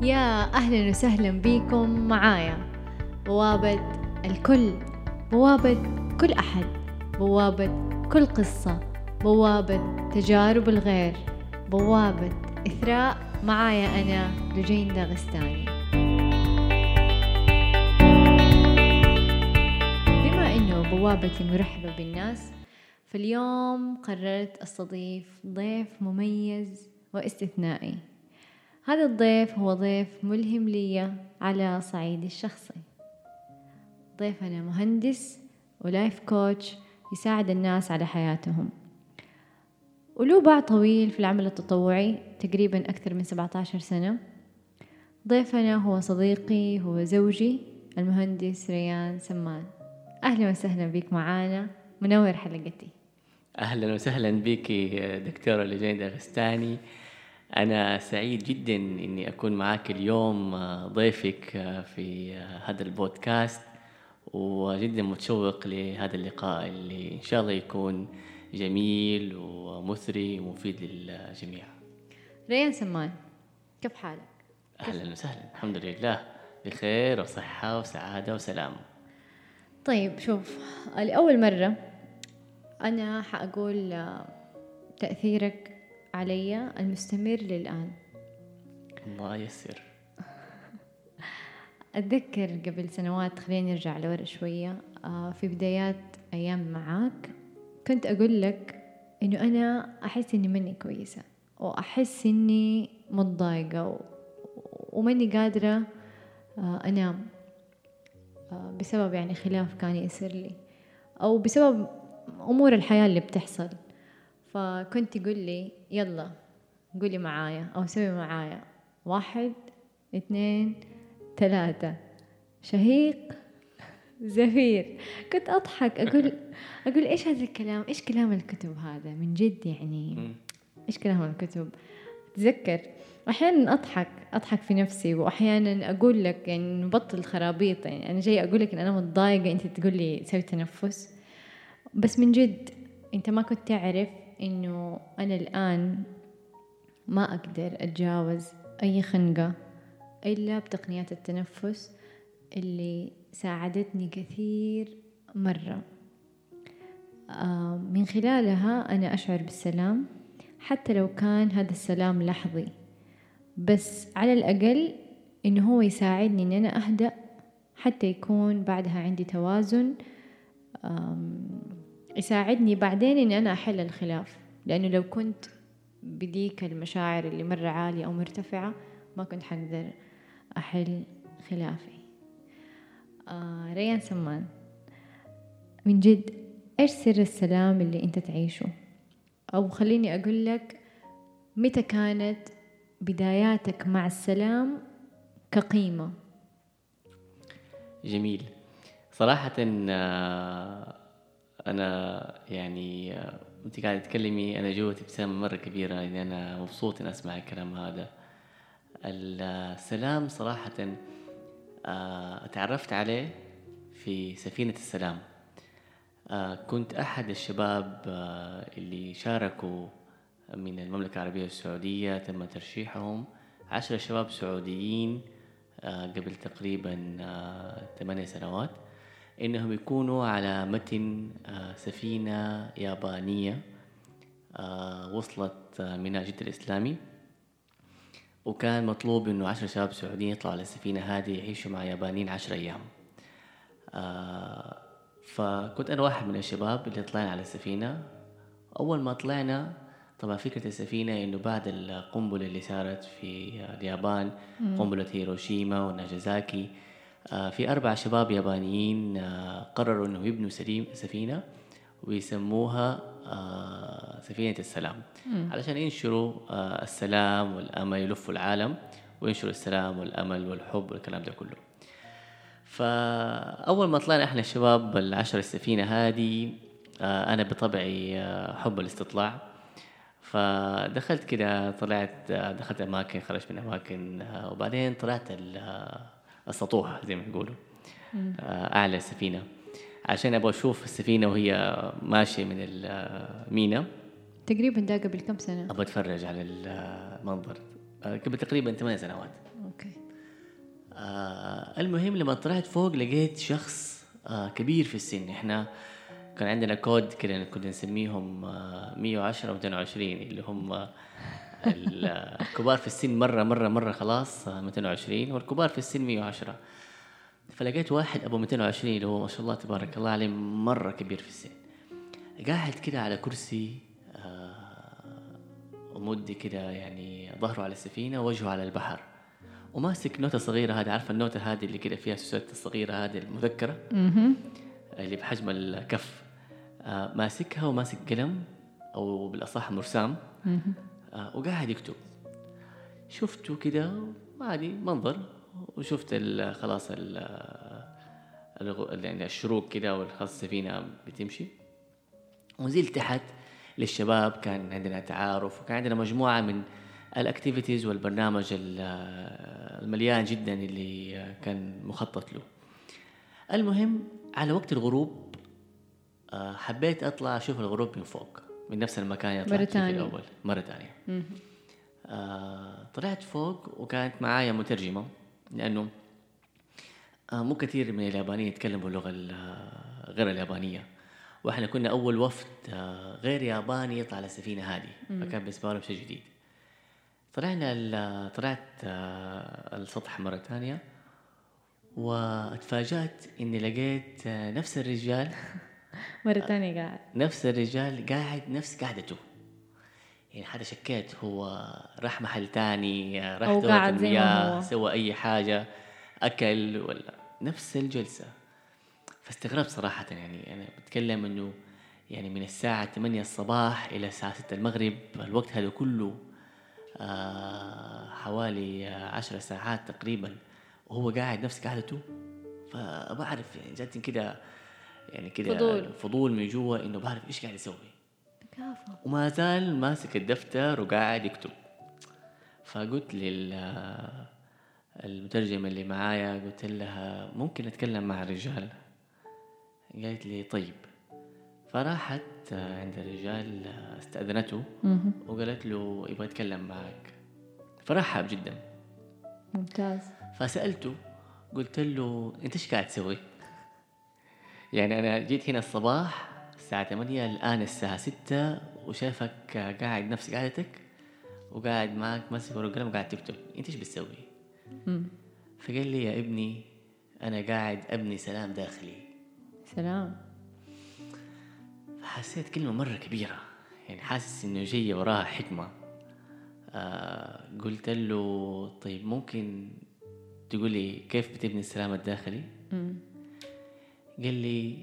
يا أهلا وسهلا بكم معايا بوابة الكل، بوابة كل أحد، بوابة كل قصة، بوابة تجارب الغير، بوابة إثراء. معايا أنا لجين داغستاني. بما أنه بوابتي مرحبة بالناس، فاليوم قررت أستضيف ضيف مميز واستثنائي. هذا الضيف هو ضيف ملهم لي على صعيد الشخصي. ضيفنا مهندس ولايف كوتش يساعد الناس على حياتهم، وله باع طويل في العمل التطوعي تقريبا أكثر من 17 سنة. ضيفنا هو صديقي، هو زوجي، المهندس ريان سمان. أهلا وسهلا بك معانا، منور حلقتي. أهلا وسهلا بك دكتورة لجين داغستاني. أنا سعيد جدا أني أكون معك اليوم ضيفك في هذا البودكاست، وجدا متشوق لهذا اللقاء اللي إن شاء الله يكون جميل ومثري ومفيد للجميع. ريان سمان، كيف حالك؟ أهلا وسهلا، الحمد لله بخير وصحة وسعادة وسلام. طيب شوف، لأول مرة أنا حأقول تأثيرك علي المستمر للآن. الله يسر. أتذكر قبل سنوات، خلينا نرجع لورا شوية، في بدايات أيام معاك كنت أقول لك إنه أنا أحس إني مني كويسة، وأحس إني متضايقة وماني قادرة أنام بسبب يعني خلاف كان يصير لي، أو بسبب أمور الحياة اللي بتحصل. فكنت تقول لي يلا قولي معايا أو سوي معايا 1 2 3 شهيق زفير. كنت أضحك أقول إيش هذا الكلام، إيش كلام الكتب هذا من جد يعني، إيش كلام الكتب. أتذكر أحيانا أضحك في نفسي، وأحيانا أقول لك يعني نبطل خرابيط، يعني أنا جاي أقول لك إن أنا متضايقة، أنت تقول لي سوي تنفس. بس من جد أنت ما كنت تعرف إنه أنا الآن ما أقدر أتجاوز أي خنقة إلا بتقنيات التنفس اللي ساعدتني كثير مرة. من خلالها أنا أشعر بالسلام، حتى لو كان هذا السلام لحظي، بس على الأقل إنه هو يساعدني إن أنا أهدأ، حتى يكون بعدها عندي توازن، يساعدني بعدين إن أنا أحل الخلاف. لأنه لو كنت بديك المشاعر اللي مرة عالية أو مرتفعة ما كنت حقدر أحل خلافي. ريان سمان، من جد إيش سر السلام اللي أنت تعيشه؟ أو خليني أقول لك، متى كانت بداياتك مع السلام كقيمة؟ جميل. صراحة أنا يعني أنت قاعدة تتكلمي أنا جوتي ابتسامة مرة كبيرة، لأن أنا مبسوط إن أسمع الكلام هذا. السلام صراحة تعرفت عليه في سفينة السلام. كنت أحد الشباب اللي شاركوا من المملكة العربية السعودية، تم ترشيحهم 10 شباب سعوديين قبل تقريبا 8 سنوات إنهم يكونوا على متن سفينة يابانية وصلت ميناء جدة الإسلامي، وكان مطلوب إنه 10 شباب سعوديين يطلعوا على السفينة هذه يعيشوا مع يابانيين 10 أيام. فكنت أنا واحد من الشباب اللي طلعنا على السفينة. أول ما طلعنا، طبعا فكرة السفينة إنه بعد القنبلة اللي صارت في اليابان، قنبلة هيروشيما وناجازاكي، في 4 شباب يابانيين قرروا إنه يبنوا سفينة ويسموها سفينة السلام، علشان ينشروا السلام والأمل، يلفوا العالم وينشروا السلام والأمل والحب والكلام ده كله. فأول ما طلعنا إحنا الشباب 10 السفينة هذه، أنا بطبعي حب الاستطلاع، فدخلت كده، دخلت أماكن، خرجت من أماكن، وبعدين طلعت السطوح زي ما يقولوا، أعلى السفينة، عشان أبغى أشوف السفينة وهي ماشية من المينا. تقريبا ده قبل كم سنة؟ أبغى أتفرج على المنظر قبل تقريبا 8 سنوات. أوكي. المهم لما طلعت فوق لقيت شخص كبير في السن. احنا كان عندنا كود كده كنا نسميهم 110 و 220 اللي هم الكبار في السن مرة خلاص 220 والكبار في السن 110. فلقيت واحد أبو 220 اللي هو ما شاء الله تبارك الله عليه مرة كبير في السن، قاعد كده على كرسي ومدي كده يعني ظهره على السفينة ووجهه على البحر، وماسك نوتة صغيرة. هذه عارفة النوتة هذه اللي كده فيها سوسة الصغيرة هذه المذكرة اللي بحجم الكف، ماسكها وماسك قلم أو بالأصح مرسام وقاعد يكتب. شفته كده عادي منظر، وشفت خلاص يعني الشروق كده والخاص السفينة بتمشي، ونزلت تحت للشباب. كان عندنا تعارف وكان عندنا مجموعة من الاكتيفيتيز والبرنامج المليان جدا اللي كان مخطط له. المهم على وقت الغروب حبيت أطلع أشوف الغروب من فوق من نفس المكان اللي طلعت فيه في الأول مرة تانية. طلعت فوق وكانت معايا مترجمة، لأنه مو كثير من اليابانيين يتكلموا اللغة غير اليابانية، وإحنا كنا أول وفد غير ياباني يطلع على السفينة هذه، فكان بالنسبة لهم شيء جديد. طلعت السطح مرة تانية، واتفاجأت إني لقيت نفس الرجال مرة تانية قاعد نفس الرجال قاعد نفس قعدته. يعني حدا شكيت هو راح محل تاني، راح دورة المياه، سوى أي حاجة، أكل ولا نفس الجلسة. فاستغربت صراحة. يعني أنا بتكلم إنه يعني من الساعة 8 الصباح إلى الساعة 6 المغرب، الوقت هذا كله حوالي 10 ساعات تقريبا، وهو قاعد نفس قعدته. فبعرف يعني جاتني كده يعني كده فضول من جوا إنه بعرف إيش قاعد يسوي، وما زال ماسك الدفتر وقاعد يكتب. فقلت للمترجمة اللي معايا، قلت لها ممكن أتكلم مع الرجال؟ قالت لي طيب. فراحت عند الرجال استأذنته وقالت له يبغى يتكلم معك، فرحب جدا. ممتاز. فسألته قلت له أنت إيش قاعد تسوي؟ يعني أنا جيت هنا الصباح الساعة 8، الآن الساعة 6 وشايفك قاعد نفس قاعدتك وقاعد معك ماسك ورقة وقلم وقاعد تكتب، أنت إيش بتسوي؟ فقال لي يا ابني أنا قاعد أبني سلام داخلي. سلام. حسيت كلمة مرة كبيرة، يعني حاسس إنه جاية وراها حكمة. قلت له طيب ممكن تقولي كيف بتبني السلام الداخلي؟ قال لي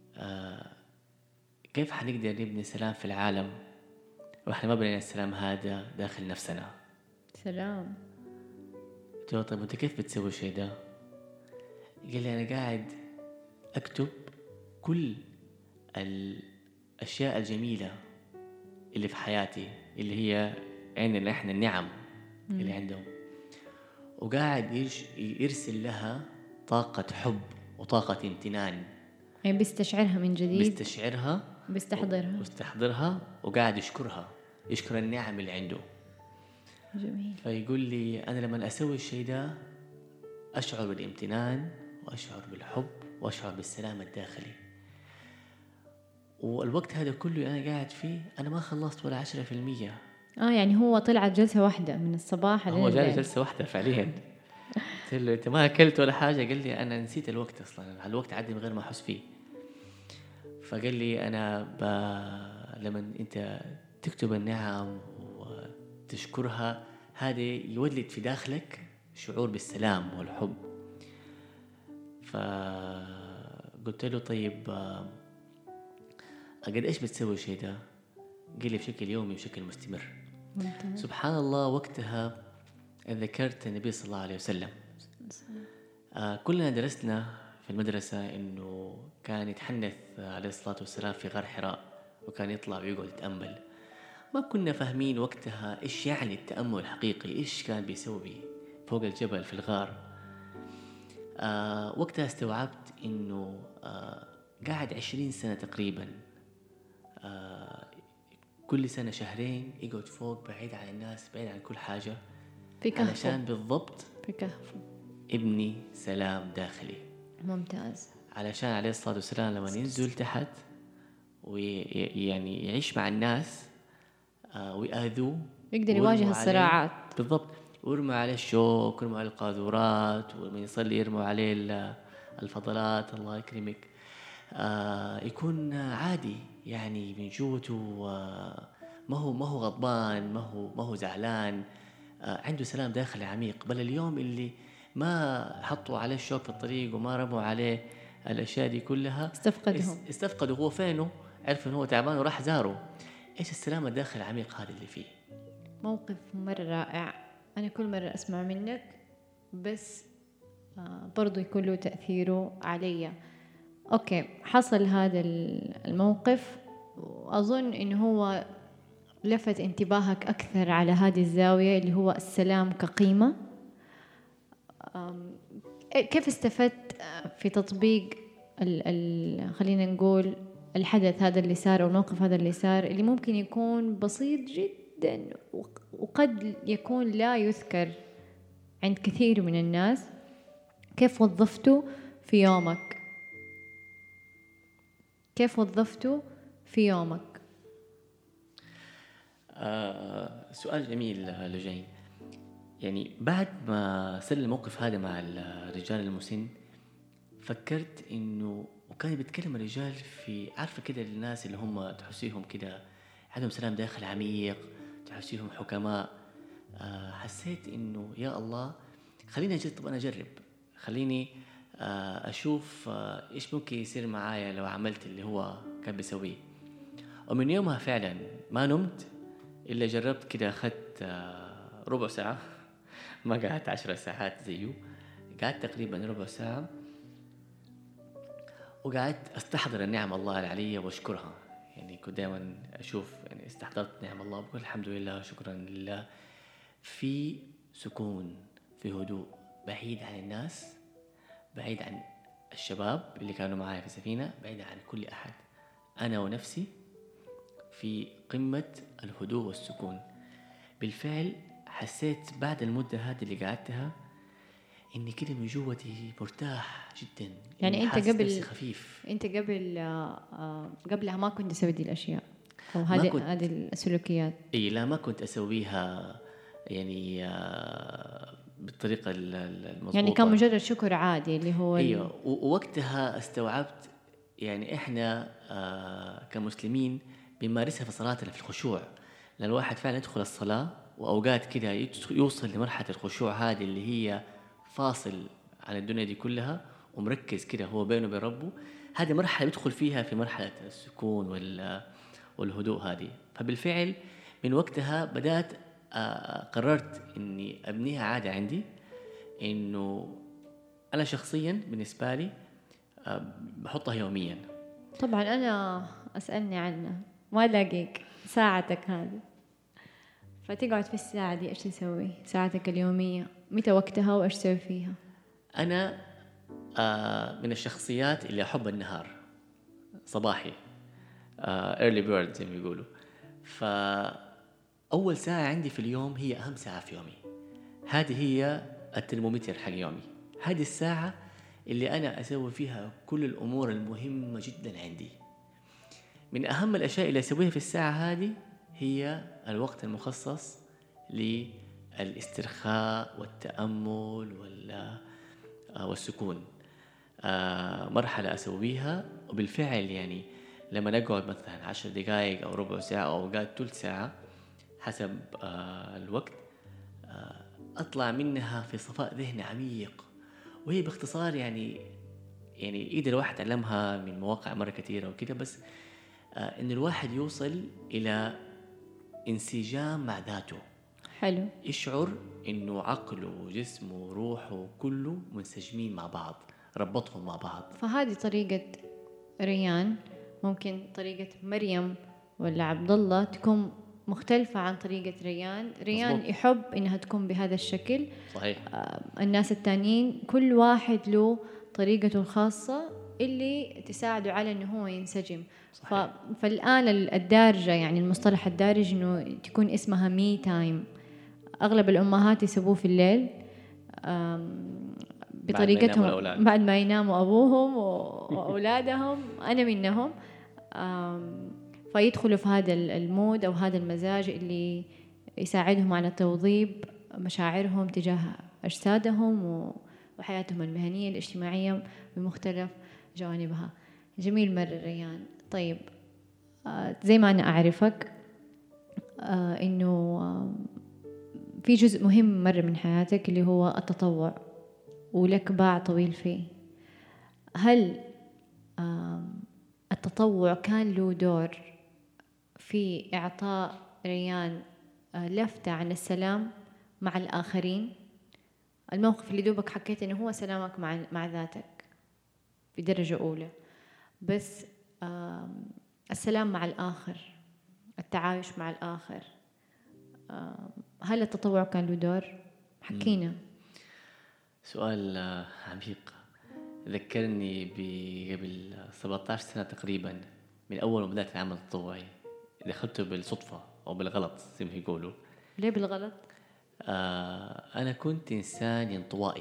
كيف حنقدر نبني سلام في العالم وإحنا ما بنينا السلام هذا داخل نفسنا؟ سلام. قلت له طيب أنت كيف بتسوي الشيء ده؟ قال لي أنا قاعد أكتب كل الأشياء الجميلة اللي في حياتي، اللي هي عندنا إحنا النعم اللي عندهم، وقاعد يرسل لها طاقة حب وطاقة امتنان. يعني بيستشعرها من جديد، بيستشعرها، بيستحضرها وقاعد يشكر النعم اللي عنده. جميل. فيقول لي أنا لما أسوي الشيء ده أشعر بالامتنان وأشعر بالحب وأشعر بالسلام الداخلي. والوقت هذا كله أنا قاعد فيه أنا ما خلصت ولا 10%. يعني هو طلعت جلسة واحدة من الصباح هو جالس جلسة واحدة فعليا. قلت له أنت ما أكلت ولا حاجة؟ قال لي أنا نسيت الوقت أصلا، الوقت عدي من غير ما أحس فيه. فقال لي أنا لما أنت تكتب النعم وتشكرها هذا يولد في داخلك شعور بالسلام والحب. فقلت له طيب قد إيش بتسوي الشيء ده؟ قال لي بشكل يومي وبشكل مستمر. سبحان الله وقتها ذكرت النبي صلى الله عليه وسلم. كلنا درسنا في المدرسة إنه كان يتحنث عليه الصلاة والسلام في غار حراء، وكان يطلع ويقعد يتأمل. ما كنا فاهمين وقتها إيش يعني التأمل الحقيقي، إيش كان بيسوي فوق الجبل في الغار. وقتها استوعبت إنه قاعد 20 سنة تقريبا، كل سنة شهرين يقعد فوق بعيد عن الناس، بعيد عن كل حاجة، في كهف، علشان بالضبط في كهف ابني سلام داخلي. ممتاز. علشان عليه الصلاة والسلام لما ينزل تحت ويعني يعيش مع الناس ويأذوه يقدر يواجه الصراعات. بالضبط. ويرموا عليه الشوك، ويرموا عليه القاذورات، ومن يصلي يرموا عليه الفضلات، الله يكرمك. يكون عادي يعني من جوته، ما هو غضبان، ما هو زعلان، عنده سلام داخلي عميق. بل اليوم اللي ما حطوا عليه الشوك في الطريق وما رموا عليه الأشياء دي كلها استفقدوا هو فينه، عرف إنه هو تعبان وراح زاره. إيش السلام الداخلي العميق هذا اللي فيه. موقف مرة رائع. أنا كل مرة أسمع منك بس برضو يكون له تأثيره علي. أوكي، حصل هذا الموقف وأظن إنه هو لفت انتباهك أكثر على هذه الزاوية اللي هو السلام كقيمة. كيف استفدت في تطبيق خلينا نقول الحدث هذا اللي صار أو الموقف هذا اللي صار، اللي ممكن يكون بسيط جدا وقد يكون لا يذكر عند كثير من الناس؟ كيف وظفته في يومك؟ كيف وظفته في يومك؟ سؤال جميل لجين. يعني بعد ما صار الموقف هذا مع الرجال المسن، فكرت إنه وكان بيتكلم الرجال في، عارفة كده الناس اللي هم تحسيهم كده عندهم سلام داخل عميق، تحسيهم حكماء. حسيت إنه يا الله خليني أجرب، خليني أشوف إيش ممكن يصير معايا لو عملت اللي هو كان بيسويه. ومن يومها فعلا ما نمت إلا جربت كده. أخذت ربع ساعة، ما قعدت 10 ساعات زيه، قعدت تقريبا ربع ساعة وقعدت أستحضر النعم الله العلية وأشكرها. يعني كنت دائما أشوف يعني استحضرت نعم الله وأقول الحمد لله شكرا لله، في سكون، في هدوء، بعيد عن الناس، بعيد عن الشباب اللي كانوا معايا في السفينة، بعيد عن كل أحد، أنا ونفسي في قمة الهدوء والسكون. بالفعل حسيت بعد المدة هذه اللي قعدتها إني كده من جوتي مرتاح جدا. يعني أنت قبلها ما كنت تسوي دي الأشياء أو هذه السلوكيات؟ إيه لا، ما كنت أسويها يعني بالطريقة المضبوطة. يعني كان مجرد شكر عادي اللي هو أيوة. ووقتها استوعبت يعني إحنا كمسلمين بنمارسها في صلاتنا في الخشوع، لأن الواحد فعلا يدخل الصلاة وأوقات كده يوصل لمرحلة الخشوع هذه اللي هي فاصل عن الدنيا دي كلها ومركز كده هو بينه وبين ربه. هذه مرحلة يدخل فيها في مرحلة السكون والهدوء هذه. فبالفعل من وقتها بدأت قررت إني أبنيها عادة عندي، إنه أنا شخصيا بالنسبة لي بحطها يوميا. طبعا أنا أسألني عنه ما لاقيك ساعتك هذه، فتقعد في الساعة دي إيش تسوي؟ ساعتك اليومية متى وقتها وإيش تسوي فيها؟ أنا من الشخصيات اللي أحب النهار صباحي، early bird زي ما يقولوا. فأول ساعة عندي في اليوم هي أهم ساعة في يومي، هذه هي الترمومتر حق يومي. هذه الساعة اللي أنا أسوي فيها كل الأمور المهمة جدا عندي. من أهم الأشياء اللي أسويها في الساعة هذه هي الوقت المخصص للاسترخاء والتأمل والسكون. مرحلة أسويها وبالفعل يعني لما نقعد مثلا 10 دقائق أو ربع ساعة أو أوقات ثلث ساعة حسب الوقت، أطلع منها في صفاء ذهني عميق. وهي باختصار يعني يقدر الواحد يتعلمها من مواقع مرة كثيرة وكده، بس إن الواحد يوصل إلى انسجام مع ذاته. حلو. يشعر إنه عقله وجسمه وروحه كله منسجمين مع بعض، ربطهم مع بعض. فهذه طريقة ريان. ممكن طريقة مريم ولا عبد الله تكون مختلفة عن طريقة ريان. مزبوط. يحب إنها تكون بهذا الشكل. صحيح. الناس التانيين كل واحد له طريقته الخاصة اللي تساعده على إنه هو ينسجم. فالآن الدارجة يعني المصطلح الدارج إنه تكون اسمها مي تايم. أغلب الأمهات يسووه في الليل بطريقتهم بعد ما يناموا أبوهم وأولادهم. أنا منهم. فيدخلوا في هذا المود أو هذا المزاج اللي يساعدهم على توظيب مشاعرهم تجاه أجسادهم وحياتهم المهنية الاجتماعية بمختلف جوانبها. جميل مرة ريان. طيب زي ما أنا أعرفك إنه في جزء مهم مرة من حياتك اللي هو التطوع ولك باع طويل فيه. هل التطوع كان له دور في إعطاء ريان لفتة عن السلام مع الآخرين؟ الموقف اللي دوبك حكيت إنه هو سلامك مع ذاتك بدرجة أولى، بس السلام مع الآخر، التعايش مع الآخر، هل التطوع كان له دور؟ حكينا. سؤال عميق. ذكرني قبل 17 سنة تقريبا، من أول ما بدأت العمل التطوعي دخلته بالصدفة أو بالغلط زي ما يقولوا. ليه بالغلط؟ أنا كنت إنسان انطوائي،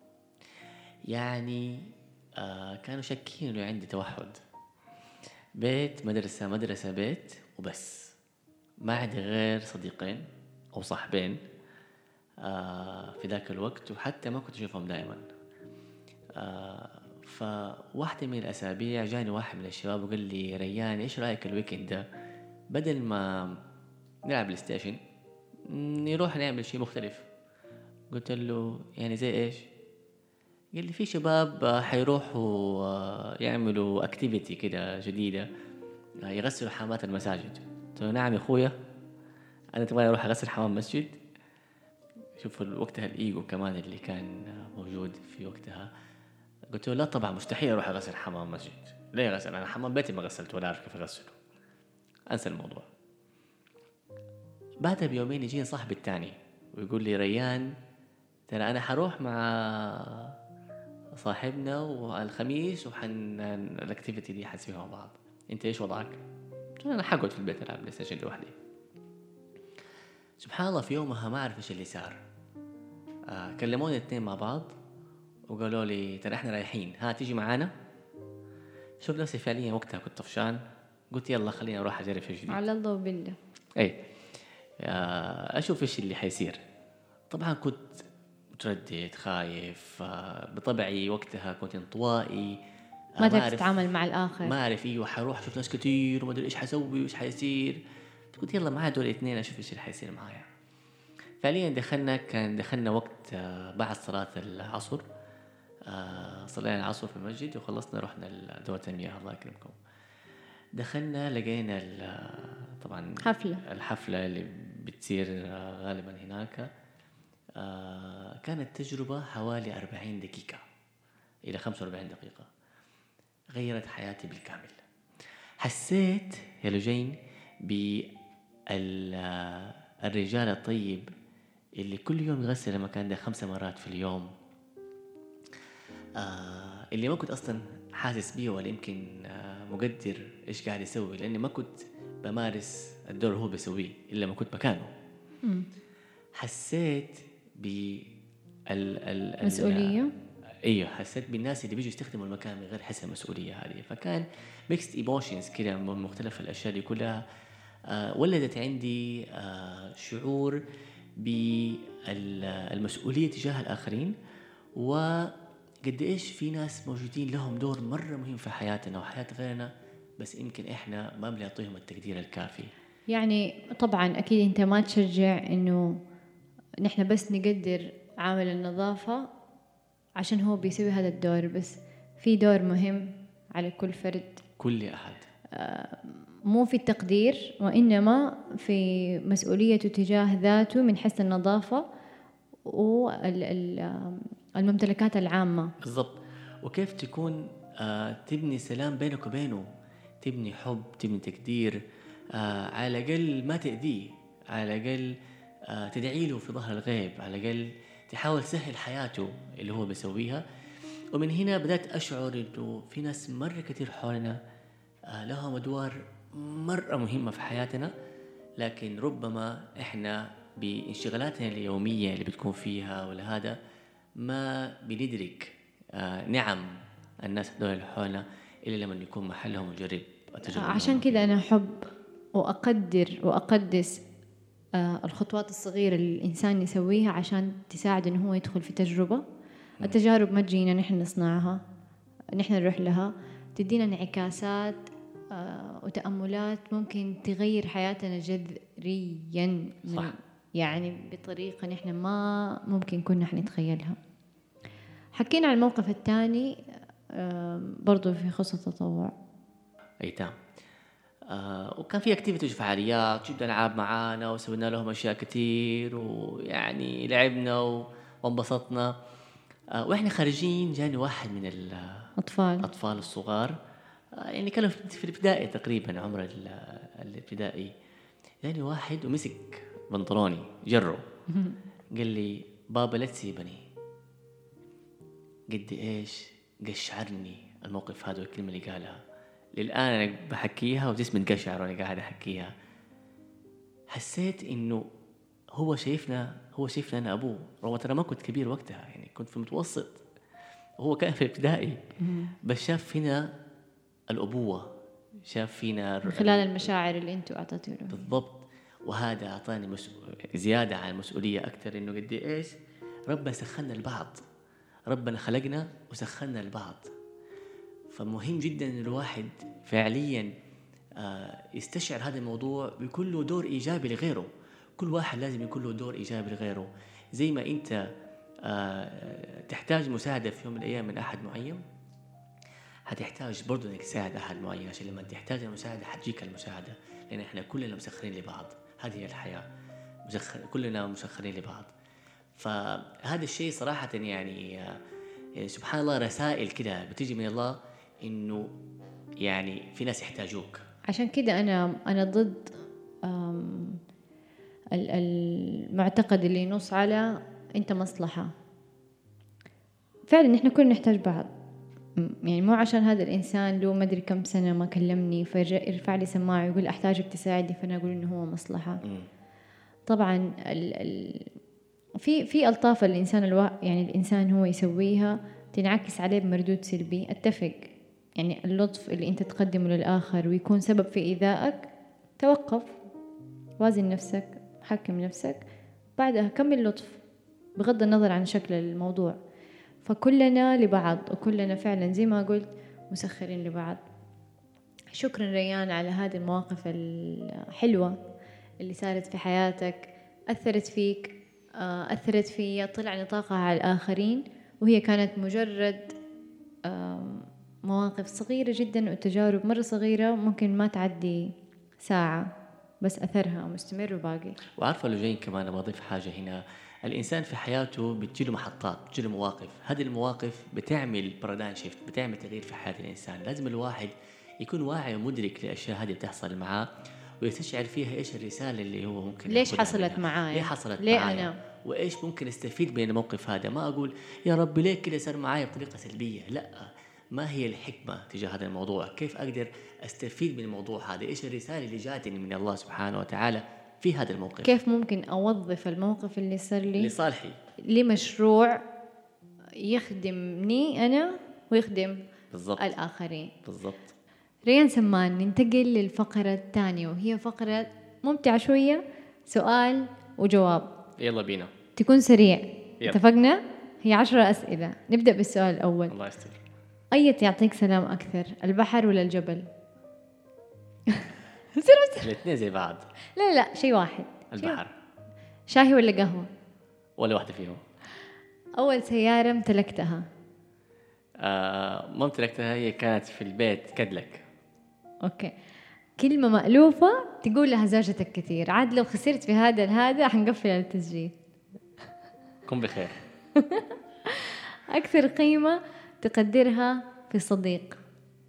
يعني كانوا شاكين إنه عندي توحد. بيت مدرسة مدرسة بيت وبس، ما عندي غير صديقين أو صاحبين في ذاك الوقت، وحتى ما كنت أشوفهم دائما. فواحدة من الأسابيع جاني واحد من الشباب وقال لي ريان إيش رأيك الويكند ده بدل ما نلعب بلاي ستيشن نروح نعمل شيء مختلف؟ قلت له يعني زي إيش؟ قال لي في شباب حيروحوا يعملوا اكتيفيتي كده جديدة، يغسلوا حمامات المساجد. قلت له نعم يا أخويا، أنا تبغى أروح أغسل حمام مسجد؟ شوف وقتها الإيجو كمان اللي كان موجود في وقتها. قلت له لا طبعا مستحيل أروح أغسل حمام مسجد. ليه غسل؟ أنا حمام بيتي ما غسلت ولا أعرف كيف أغسله. أنسى الموضوع. بعدها بيومين يجيني صاحبي التاني ويقول لي ريان ترى أنا حروح مع صاحبنا والخميس الاكتيفيتي دي حنسويها مع بعض، انت ايش وضعك؟ قلت له انا حقعد في البيت العب بلاي ستيشن لوحدي. سبحان الله في يومها ما اعرف ايش اللي صار، كلموني الاثنين مع بعض وقالوا لي ترى احنا رايحين، ها تيجي معانا؟ شوف نفسي فعليا وقتها كنت طفشان، قلت يلا خليني اروح اجرب شيء جديد على الله وبالله. اي اشوف ايش اللي حيصير. طبعا كنت متردد خايف، بطبعي وقتها كنت انطوائي، ما تعرف تتعامل مع الآخر، ما أعرف إيوه حروح أشوف ناس كتير وما أدري إيش حسوي وإيش حيصير. قلت يلا معايا دول الاثنين أشوف إيش اللي حيصير معايا. فعليا دخلنا وقت بعد صلاة العصر، صلينا العصر في المسجد وخلصنا رحنا لدورة المياه الله يكرمكم. دخلنا لقينا طبعا الحفلة اللي بتصير غالبا هناك. كانت تجربة حوالي 40 دقيقة إلى 45 دقيقة، غيرت حياتي بالكامل. حسيت يا لجين بالرجال الطيب اللي كل يوم يغسل المكان ده 5 مرات في اليوم، اللي ما كنت أصلا حاسس بيه ولا يمكن مقدر إيش قاعد يسوي، لأني ما كنت بمارس الدور هو بيسويه إلا ما كنت مكانه. حسيت مسؤولية. ايوه حسيت بالناس اللي بيجوا يستخدموا المكان من غير حس المسؤوليه هذه. فكان ميكست ايموشنز كده من مختلف الاشياء دي كلها، ولدت عندي شعور بالمسؤوليه تجاه الاخرين، وقد ايش في ناس موجودين لهم دور مره مهم في حياتنا وحياه غيرنا، بس يمكن احنا ما بنعطيهم التقدير الكافي. يعني طبعا اكيد انت ما تشجع انه نحن بس نقدر عامل النظافة عشان هو بيسوي هذا الدور، بس في دور مهم على كل فرد، كل أحد، مو في التقدير وإنما في مسؤوليته تجاه ذاته من حيث النظافة والممتلكات العامة. بالضبط. وكيف تكون تبني سلام بينك وبينه، تبني حب، تبني تقدير، على الأقل ما تأذيه، على الأقل تدعي له في ظهر الغيب، على الأقل تحاول تسهل حياته اللي هو بيسويها. ومن هنا بدأت أشعر إنه في ناس مرة كتير حولنا لهم أدوار مرة مهمة في حياتنا، لكن ربما إحنا بانشغالاتنا اليومية اللي بتكون فيها ولا هذا ما بندرك نعم الناس هذول اللي حولنا إلا لما يكون محلهم ويجرب التجربة. عشان كذا أنا أحب وأقدر وأقدس الخطوات الصغيرة اللي الإنسان يسويها عشان تساعد إنه هو يدخل في تجربة. التجارب ما تجينا نحن نصنعها، نحن نروح لها، تدينا انعكاسات وتأملات ممكن تغير حياتنا جذريا، يعني بطريقة نحن ما ممكن كنا حنتخيلها. حكينا عن الموقف الثاني برضو في خصوص التطوع. تمام. وكان في اكتيفيتيز وفعاليات، جبنا العاب معانا وسوينا لهم اشياء كتير، ويعني لعبنا وانبسطنا. واحنا خارجين جاني واحد من الاطفال الصغار، يعني كانوا في الابتدائي تقريبا، عمر الابتدائي. جاني واحد ومسك بنطلوني جره قال لي بابا لا تسيبني. قد ايش قشعرني الموقف هذا والكلمه اللي قالها، للآن أنا بحكيها وجسمي انقشعر وأنا قاعد أحكيها. حسيت إنه هو شايفنا أنا أبوه، رغم أنا ما كنت كبير وقتها، يعني كنت في المتوسط وهو كان في الابتدائي، بس شاف فينا الأبوة، شاف فينا من خلال المشاعر اللي أنتوا أعطيتوا له. بالضبط. وهذا أعطاني زيادة عن المسؤولية أكتر، إنه قد إيش ربنا سخنا البعض، ربنا خلقنا وسخنا البعض. فمهم جدا أن الواحد فعليا يستشعر هذا الموضوع، بيكون له دور إيجابي لغيره. كل واحد لازم يكون له دور إيجابي لغيره. زي ما أنت تحتاج مساعدة في يوم من الأيام من أحد معين، هتحتاج برضو أنك تساعد أحد معين، عشان لما تحتاج المساعدة حتجيك المساعدة، لأن إحنا كلنا مسخرين لبعض. هذه هي الحياة، كلنا مسخرين لبعض. فهذا الشيء صراحة يعني سبحان الله رسائل كده بتيجي من الله، إنه يعني في ناس يحتاجوك. عشان كده أنا ضد المعتقد اللي ينص على أنت مصلحة. فعلا نحن كلنا نحتاج بعض، يعني مو عشان هذا الإنسان له ما أدري كم سنة ما كلمني فيرفع لي سماعه ويقول أحتاجك تساعدني فأنا أقول إنه هو مصلحة. طبعا في ألطاف الإنسان يعني الإنسان هو يسويها تنعكس عليه بمردود سلبي. أتفق، يعني اللطف اللي أنت تقدمه للآخر ويكون سبب في إيذائك، توقف، وازن نفسك، حكم نفسك، بعدها كمل لطف بغض النظر عن شكل الموضوع. فكلنا لبعض، وكلنا فعلا زي ما قلت مسخرين لبعض. شكرا ريان على هذه المواقف الحلوة اللي صارت في حياتك، أثرت فيك، أثرت في، طلع نطاقها على الآخرين، وهي كانت مجرد مواقف صغيرة جدا وتجارب مرة صغيرة ممكن ما تعدي ساعة، بس أثرها مستمر وباقي. وعارفة لو جايين كمان بضيف حاجة هنا، الإنسان في حياته بتجيله محطات، بتجيله مواقف، هذه المواقف بتعمل بارادايم شيفت، بتعمل تغيير في حياة الإنسان. لازم الواحد يكون واعي ومدرك للأشياء هذه بتحصل معاه، ويستشعر فيها إيش الرسالة اللي هو ممكن ليش حصلت معايا، ليه حصلت ليه معايا أنا، وإيش ممكن استفيد من الموقف هذا. ما أقول يا رب ليه كده صار معايا بطريقة سلبية، لا، ما هي الحكمة تجاه هذا الموضوع، كيف أقدر أستفيد من الموضوع هذا، إيش الرسالة اللي جاتني من الله سبحانه وتعالى في هذا الموقف، كيف ممكن أوظف الموقف اللي صار لي لصالحي، لمشروع يخدمني أنا ويخدم بالضبط. الآخرين. بالضبط. ريان سمان، ننتقل للفقرة الثانية، وهي فقرة ممتعة شوية، سؤال وجواب. يلا بينا، تكون سريع. يلا. اتفقنا؟ هي 10 أسئلة. نبدأ بالسؤال الأول. الله يستر. أي يعطيك سلام أكثر، البحر ولا الجبل؟ الاثنين زي بعض. لا شيء واحد. البحر. شاهي ولا قهوة؟ ولا واحدة فيهم. أول سيارة امتلكتها؟ ما امتلكتها، هي كانت في البيت كدلك. أوكي. كلمة مألوفة تقول لها زوجتك كثير، عاد لو خسرت في هذا حنقفل التسجيل. كن بخير. أكثر قيمة تقدرها في صديق؟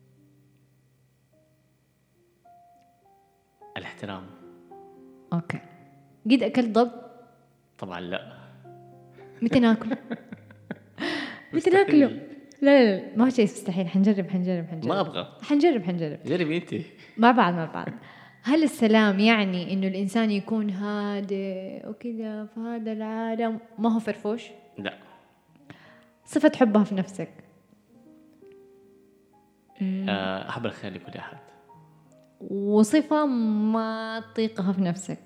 الاحترام. أوكي. قد أكلت ضب؟ طبعا لا. متى ناكله؟ متى ناكله؟ لا ما هو شيء مستحيل. حنجرب. ما أبغى. حنجرب. جربي أنت. مع بعض. هل السلام يعني إنه الإنسان يكون هادئ وكذا في هذا العالم ما هو فرفوش؟ لا. صفة حبها في نفسك؟ أحب الخير لكل أحد. وصفة ما تطيقها في نفسك.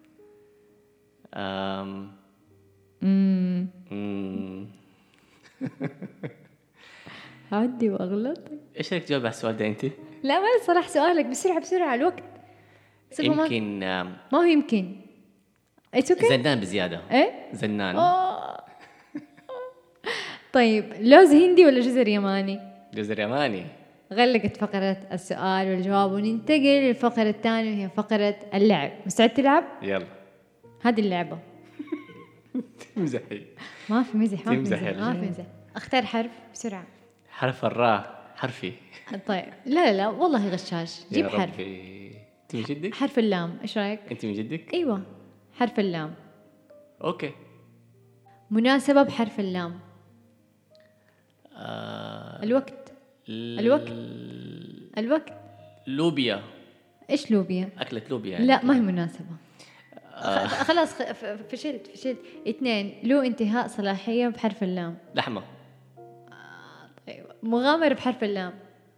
عدي واغلط. ايش رايك تجاوب على السؤال ده انت؟ لا ما صراحة سؤالك بسرعة الوقت. يمكن ما هو يمكن زنان بزيادة. ايه زنان. طيب لوز هندي ولا جزر يماني؟ جزر يماني. غلقت فقرة السؤال والجواب وننتقل للفقرة الثانية وهي فقرة اللعب. مستعد تلعب؟ يلا. هذه اللعبة. مزحي. ما في مزح ما في مزح. اختار حرف بسرعة. حرف الراء. حرفي. طيب لا والله غشاش. جيب حرف. انت من جدك؟ حرف اللام. ايش رايك؟ انت من جدك؟ ايوه حرف اللام. اوكي. مناسبة بحرف اللام. الوقت. لوبيا. ايش لوبيا؟ أكلة لوبيا يعني. لا ما هي مناسبة. خلاص فشلت 2. له انتهاء صلاحية بحرف اللام. لحمة. طيب مغامرة بحرف اللام.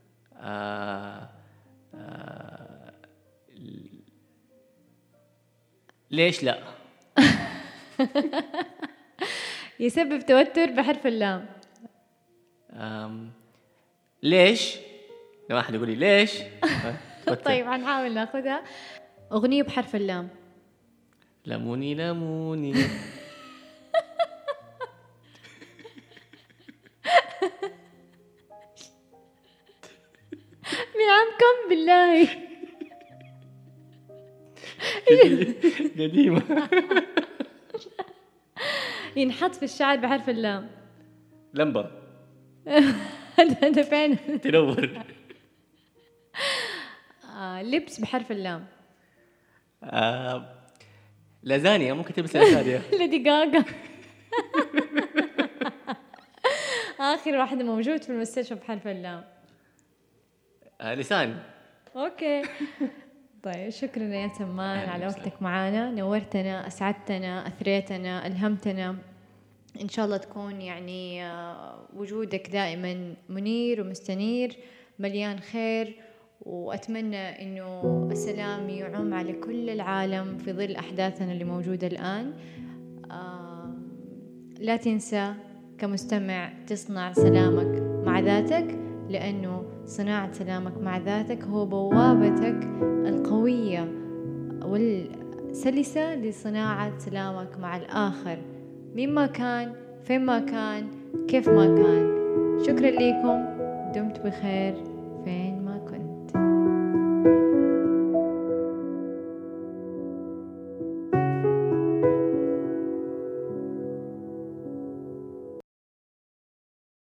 ليش لا؟ يسبب توتر بحرف اللام. ليش؟ لما أحد يقول لي ليش؟ طيب هنحاول ناخذها. أغنية بحرف اللام. لموني من عام كم بالله؟ قديمة. ينحط في الشعر بحرف اللام. لمبة. هذا فين؟ تنور. لبس بحرف اللام. لازانيا. ممكن تلبس لازانيا. ليدي غاغا. آخر واحدة موجود في المستشفى بحرف اللام. لسان. أوكي. طيب شكرا يا سمان على وقتك معانا. نورتنا، أسعدتنا، أثريتنا، ألهمتنا. إن شاء الله تكون يعني وجودك دائما منير ومستنير مليان خير. وأتمنى إنه السلام يعم على كل العالم في ظل أحداثنا اللي موجودة الآن. لا تنسى كمستمع تصنع سلامك مع ذاتك، لأنه صناعة سلامك مع ذاتك هو بوابتك القوية والسلسة لصناعة سلامك مع الآخر، مما كان، فين ما كان، كيف ما كان. شكرا لكم، دمت بخير. فين